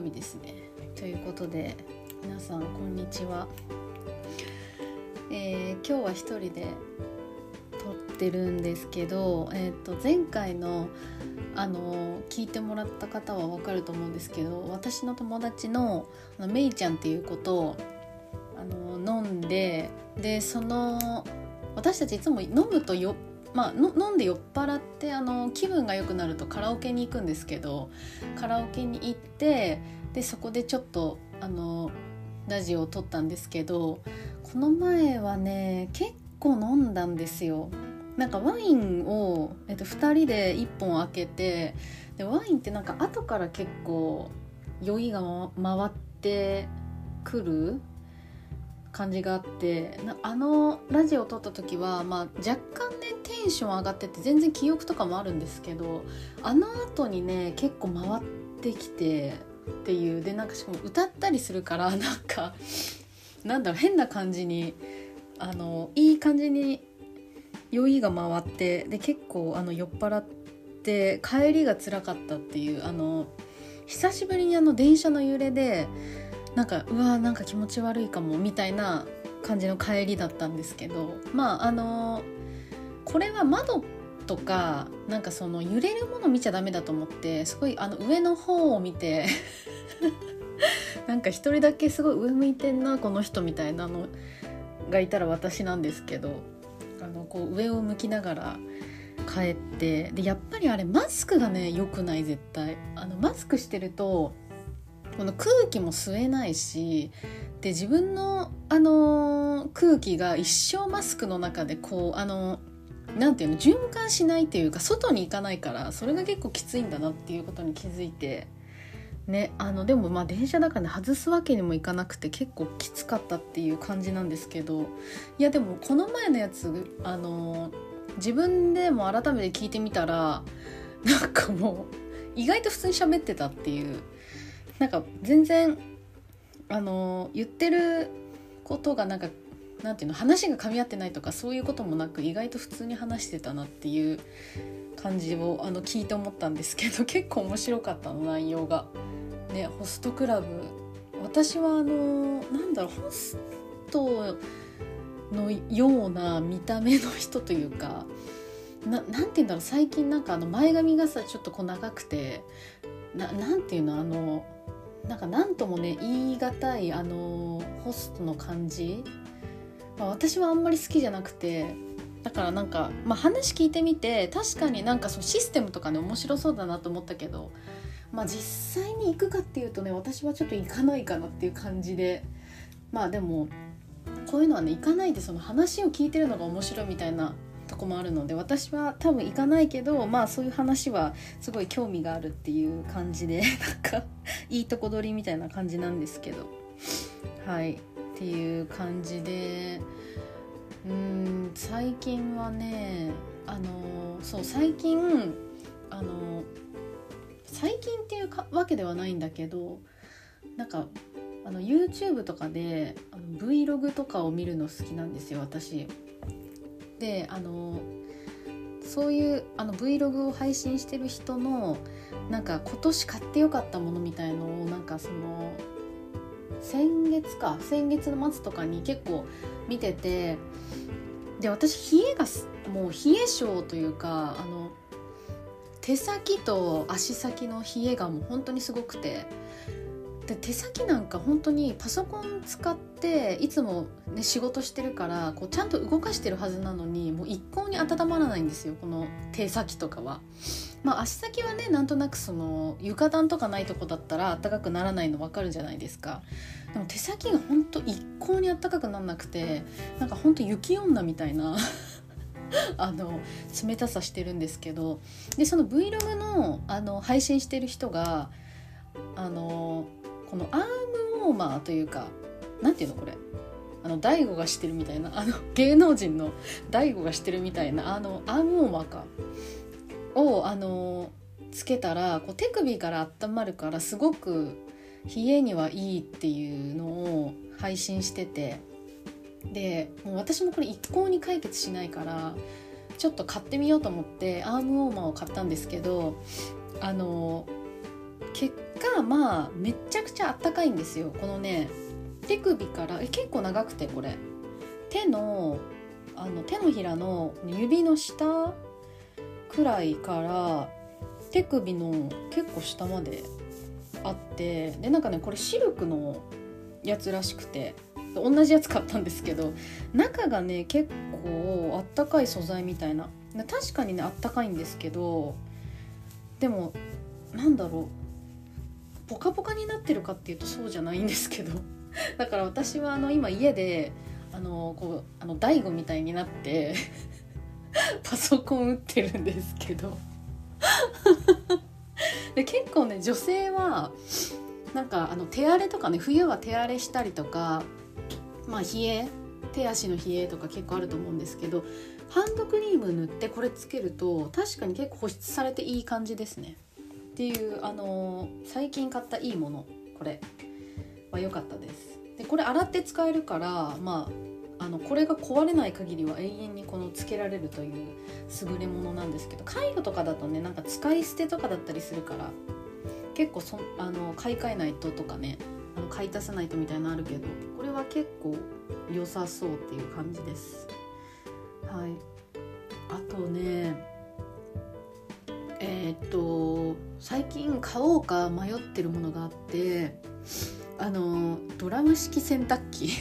日ですね。ということで皆さんこんにちは。今日は一人で撮ってるんですけど、前回の聞いてもらった方は分かると思うんですけど、私の友達のめいちゃんっていう子と飲んで、で私たちいつも飲むと飲んで酔っ払って気分が良くなるとカラオケに行くんですけど、カラオケに行ってでそこでちょっとラジオを撮ったんですけど、この前はね結構飲んだんですよ。なんかワインを、2人で1本開けて、でワインってなんか後から結構酔いが回ってくる感じがあって、ラジオを撮った時は、若干ねテンション上がってて全然記憶とかもあるんですけど、後にね結構回ってきてっていうで、なんかしかも歌ったりするから変な感じにいい感じに酔いが回って、で結構酔っ払って帰りが辛かったっていう、久しぶりに電車の揺れでなんか気持ち悪いかもみたいな感じの帰りだったんですけど、これは窓とかなんかその揺れるもの見ちゃダメだと思って、すごい上の方を見てなんか一人だけすごい上向いてんなこの人みたいなのがいたら私なんですけど、こう上を向きながら帰って、でやっぱりあれマスクがね良くない。絶対マスクしてるとこの空気も吸えないし、で自分の空気が一生マスクの中でこうなんていうの、循環しないっていうか外に行かないから、それが結構きついんだなっていうことに気づいてね、でも電車だからね外すわけにもいかなくて結構きつかったっていう感じなんですけど、いやでもこの前のやつ自分でも改めて聞いてみたら、なんかもう意外と普通に喋ってたっていう、なんか全然言ってることがなんていうの、話が噛み合ってないとかそういうこともなく、意外と普通に話してたなっていう感じを聞いて思ったんですけど、結構面白かったの内容がね。ホストクラブ、私はホストのような見た目の人というか、なんていうんだろう、最近なんか前髪がさちょっとこう長くて、なんていうのなんともね言い難いホストの感じ、私はあんまり好きじゃなくて、だから話聞いてみて確かにそうシステムとかね面白そうだなと思ったけど、実際に行くかっていうとね私はちょっと行かないかなっていう感じで、でもこういうのはね行かないでその話を聞いてるのが面白いみたいなとこもあるので、私は多分行かないけどそういう話はすごい興味があるっていう感じでいいとこ取りみたいな感じなんですけど、はいっていう感じで、最近はね最近っていうわけではないんだけど、YouTube とかでVlog とかを見るの好きなんですよ私で。そういうVlog を配信してる人の今年買ってよかったものみたいのを先月の末とかに結構見てて、で私冷え性というか手先と足先の冷えがもう本当にすごくて、で手先なんか本当にパソコン使っていつも、ね、仕事してるからこうちゃんと動かしてるはずなのにもう一向に温まらないんですよ、この手先とかは。足先はねなんとなく床暖とかないとこだったら暖かくならないの分かるじゃないですか。でも手先が本当一向に暖かくならなくて、本当雪女みたいな冷たさしてるんですけど、でその Vlog の配信してる人がこのアームウォーマーというか、なんていうのこれ大悟がしてるみたいな芸能人の大悟がしてるみたいなアームウォーマーかをつけたらこう手首から温まるからすごく冷えにはいいっていうのを配信してて、でもう私もこれ一向に解決しないからちょっと買ってみようと思ってアームウォーマーを買ったんですけど結がまあめちゃくちゃあったかいんですよ。このね手首から結構長くて、これ手のひらの指の下くらいから手首の結構下まであって、でなんかねこれシルクのやつらしくて同じやつ買ったんですけど、中がね結構あったかい素材みたいな、確かにねあったかいんですけど、でもなんだろう、ポカポカになってるかっていうとそうじゃないんですけどだから私は今家で大悟みたいになってパソコン打ってるんですけどで結構ね女性はなんか手荒れとかね、冬は手荒れしたりとか、まあ手足の冷えとか結構あると思うんですけど、ハンドクリーム塗ってこれつけると確かに結構保湿されていい感じですねっていう最近買ったいいもの、これは良かったです。でこれ洗って使えるから、まあこれが壊れない限りは永遠にこのつけられるという優れものなんですけど、カイロとかだとねなんか使い捨てとかだったりするから結構買い替えないととかね、買い足さないとみたいなのあるけど、これは結構良さそうっていう感じです。はい。あとね最近買おうか迷ってるものがあって、ドラム式洗濯機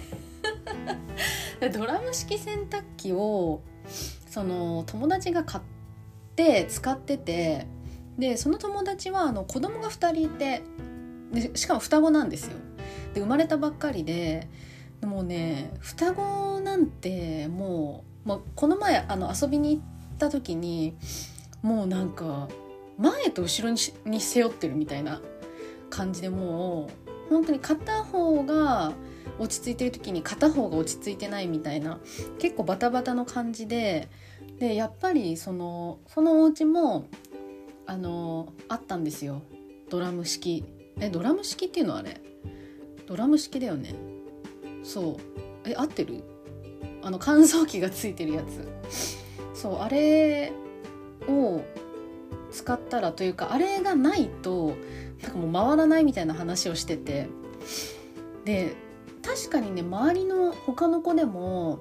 ドラム式洗濯機を友達が買って使ってて、でその友達は子供が2人いて、でしかも双子なんですよ。で生まれたばっかりで、もうね双子なんてもう、この前遊びに行った時にもうなんか前と後ろに背負ってるみたいな感じで、もう本当に片方が落ち着いてる時に片方が落ち着いてないみたいな、結構バタバタの感じで、やっぱりそのお家もあったんですよ、ドラム式。ドラム式っていうのはあれドラム式だよね。そう合ってる？乾燥機がついてるやつ。そう、あれを使ったらというか、あれがないとなんかもう回らないみたいな話をしてて、で確かにね周りの他の子でも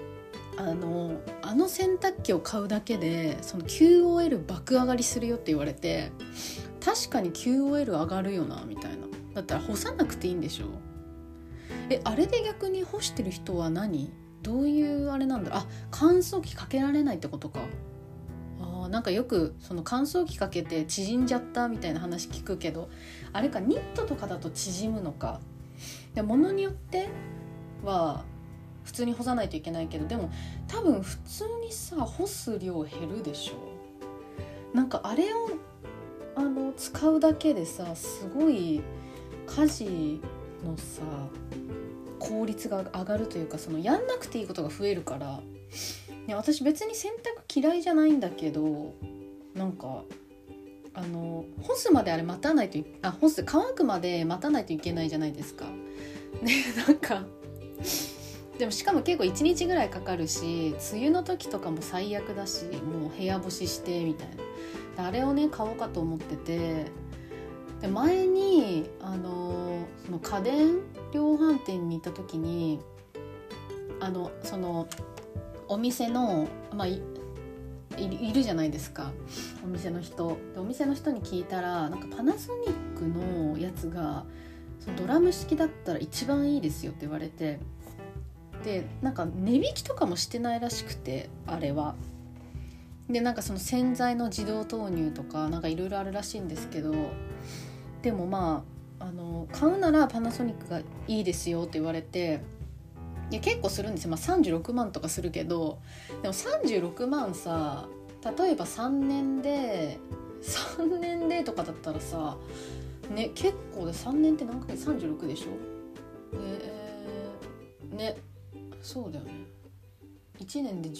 洗濯機を買うだけでその QOL 爆上がりするよって言われて、確かに QOL 上がるよなみたいな。だったら干さなくていいんでしょ。あれで逆に干してる人はどういうあれなんだろう。乾燥機かけられないってことか。なんかよくその乾燥機かけて縮んじゃったみたいな話聞くけど、あれか、ニットとかだと縮むのか。で物によっては普通に干さないといけないけど、でも多分普通にさ干す量減るでしょ。なんかあれを使うだけでさすごい家事のさ効率が上がるというか、やんなくていいことが増えるから。いや私別に洗濯嫌いじゃないんだけど、なんか干すまで待たないと乾くまで待たないといけないじゃないですか。ね、なんかでもしかも結構1日ぐらいかかるし、梅雨の時とかも最悪だし、もう部屋干ししてみたいな。あれをね買おうかと思ってて、で前にその家電量販店に行った時にそのお店のいるじゃないですか、お店の人で。お店の人に聞いたら、なんかパナソニックのやつがそのドラム式だったら一番いいですよって言われて、でなんか値引きとかもしてないらしくて、あれは。でなんかその洗剤の自動投入とかなんかいろいろあるらしいんですけど、でも買うならパナソニックがいいですよって言われて、結構するんですよ。36万とかするけど、でも36万さ、例えば3年でとかだったらさね、結構で3年って何ヶ月36でしょ。ね、そうだよね。1年で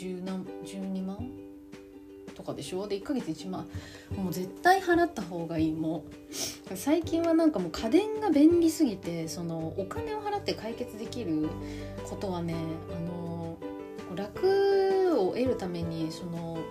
12万とかでしょ。で1ヶ月1万、もう絶対払った方がいい。もう最近はなんかもう家電が便利すぎて、お金を払って解決できることはね、楽を得るために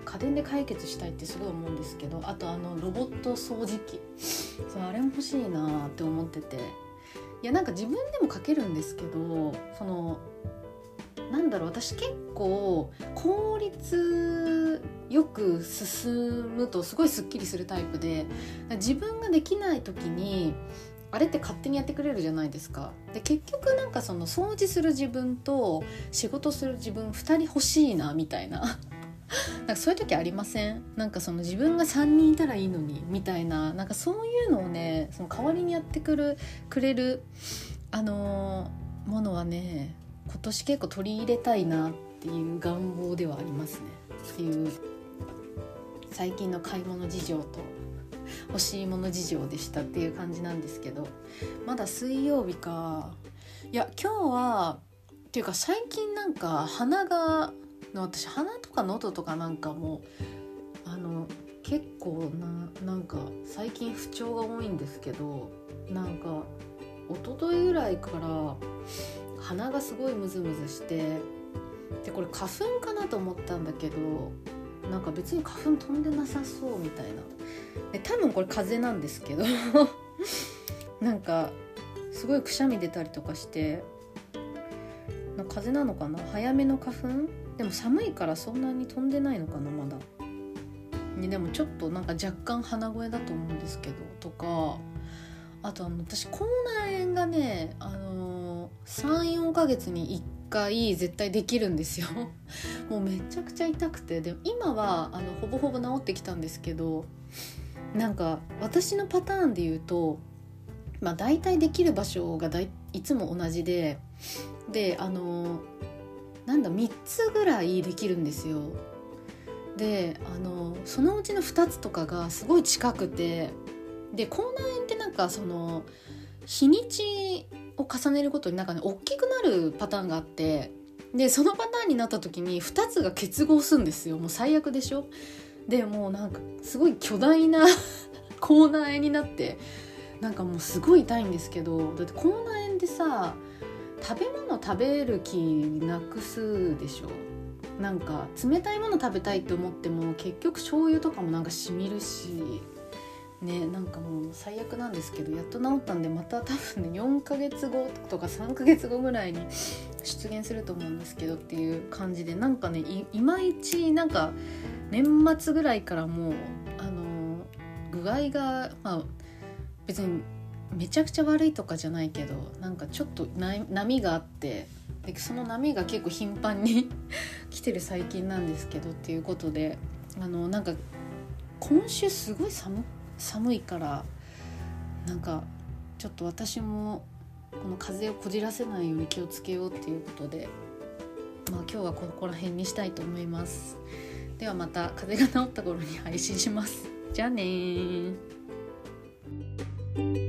家電で解決したいってすごい思うんですけど、あとロボット掃除機、そうあれも欲しいなって思ってて、いやなんか自分でもかけるんですけど、なんだろう、私結構効率よく進むとすごいスッキリするタイプで、自分ができない時にあれって勝手にやってくれるじゃないですか。で結局なんか掃除する自分と仕事する自分2人欲しいなみたいななんかそういう時ありません？なんか自分が3人いたらいいのにみたいな、なんかそういうのをね、代わりにやってくれるものはね、今年結構取り入れたいなっていう願望ではありますね。っていう最近の買い物事情と欲しいもの事情でしたっていう感じなんですけど、まだ水曜日か。いや今日はっていうか最近なんか私鼻とか喉とかなんかも結構なんか最近不調が多いんですけど、なんか一昨日ぐらいから鼻がすごいムズムズして、でこれ花粉かなと思ったんだけど、なんか別に花粉飛んでなさそうみたいな。で多分これ風邪なんですけどなんかすごいくしゃみ出たりとかして、風邪なのかな、早めの花粉。でも寒いからそんなに飛んでないのかなまだ。でもちょっとなんか若干鼻声だと思うんですけどとか、あと私口内炎がね、3,4 ヶ月に1回絶対できるんですよもうめちゃくちゃ痛くて、でも今はほぼほぼ治ってきたんですけど、なんか私のパターンで言うと、大体できる場所がいつも同じで3つぐらいできるんですよ。でそのうちの2つとかがすごい近くて、で口内炎ってなんか日にちを重ねるごとになんかね大きくなるパターンがあって、でそのパターンになった時に2つが結合するんですよ。もう最悪でしょ。でもうなんかすごい巨大な口内炎になって、なんかもうすごい痛いんですけど、だって口内炎でさ、食べ物食べる気なくすでしょ。なんか冷たいもの食べたいって思っても結局醤油とかもなんか染みるしね、なんかもう最悪なんですけど、やっと治ったんでまた多分ね4ヶ月後とか3ヶ月後ぐらいに出現すると思うんですけどっていう感じで、なんかね いまいちなんか年末ぐらいからもう具合が別にめちゃくちゃ悪いとかじゃないけど、なんかちょっと波があって、でその波が結構頻繁に来てる最近なんですけどっていうことで、なんか今週すごい寒いから、なんかちょっと私もこの風邪をこじらせないように気をつけようっていうことで、今日はここら辺にしたいと思います。ではまた風邪が治った頃に配信します。じゃあねー。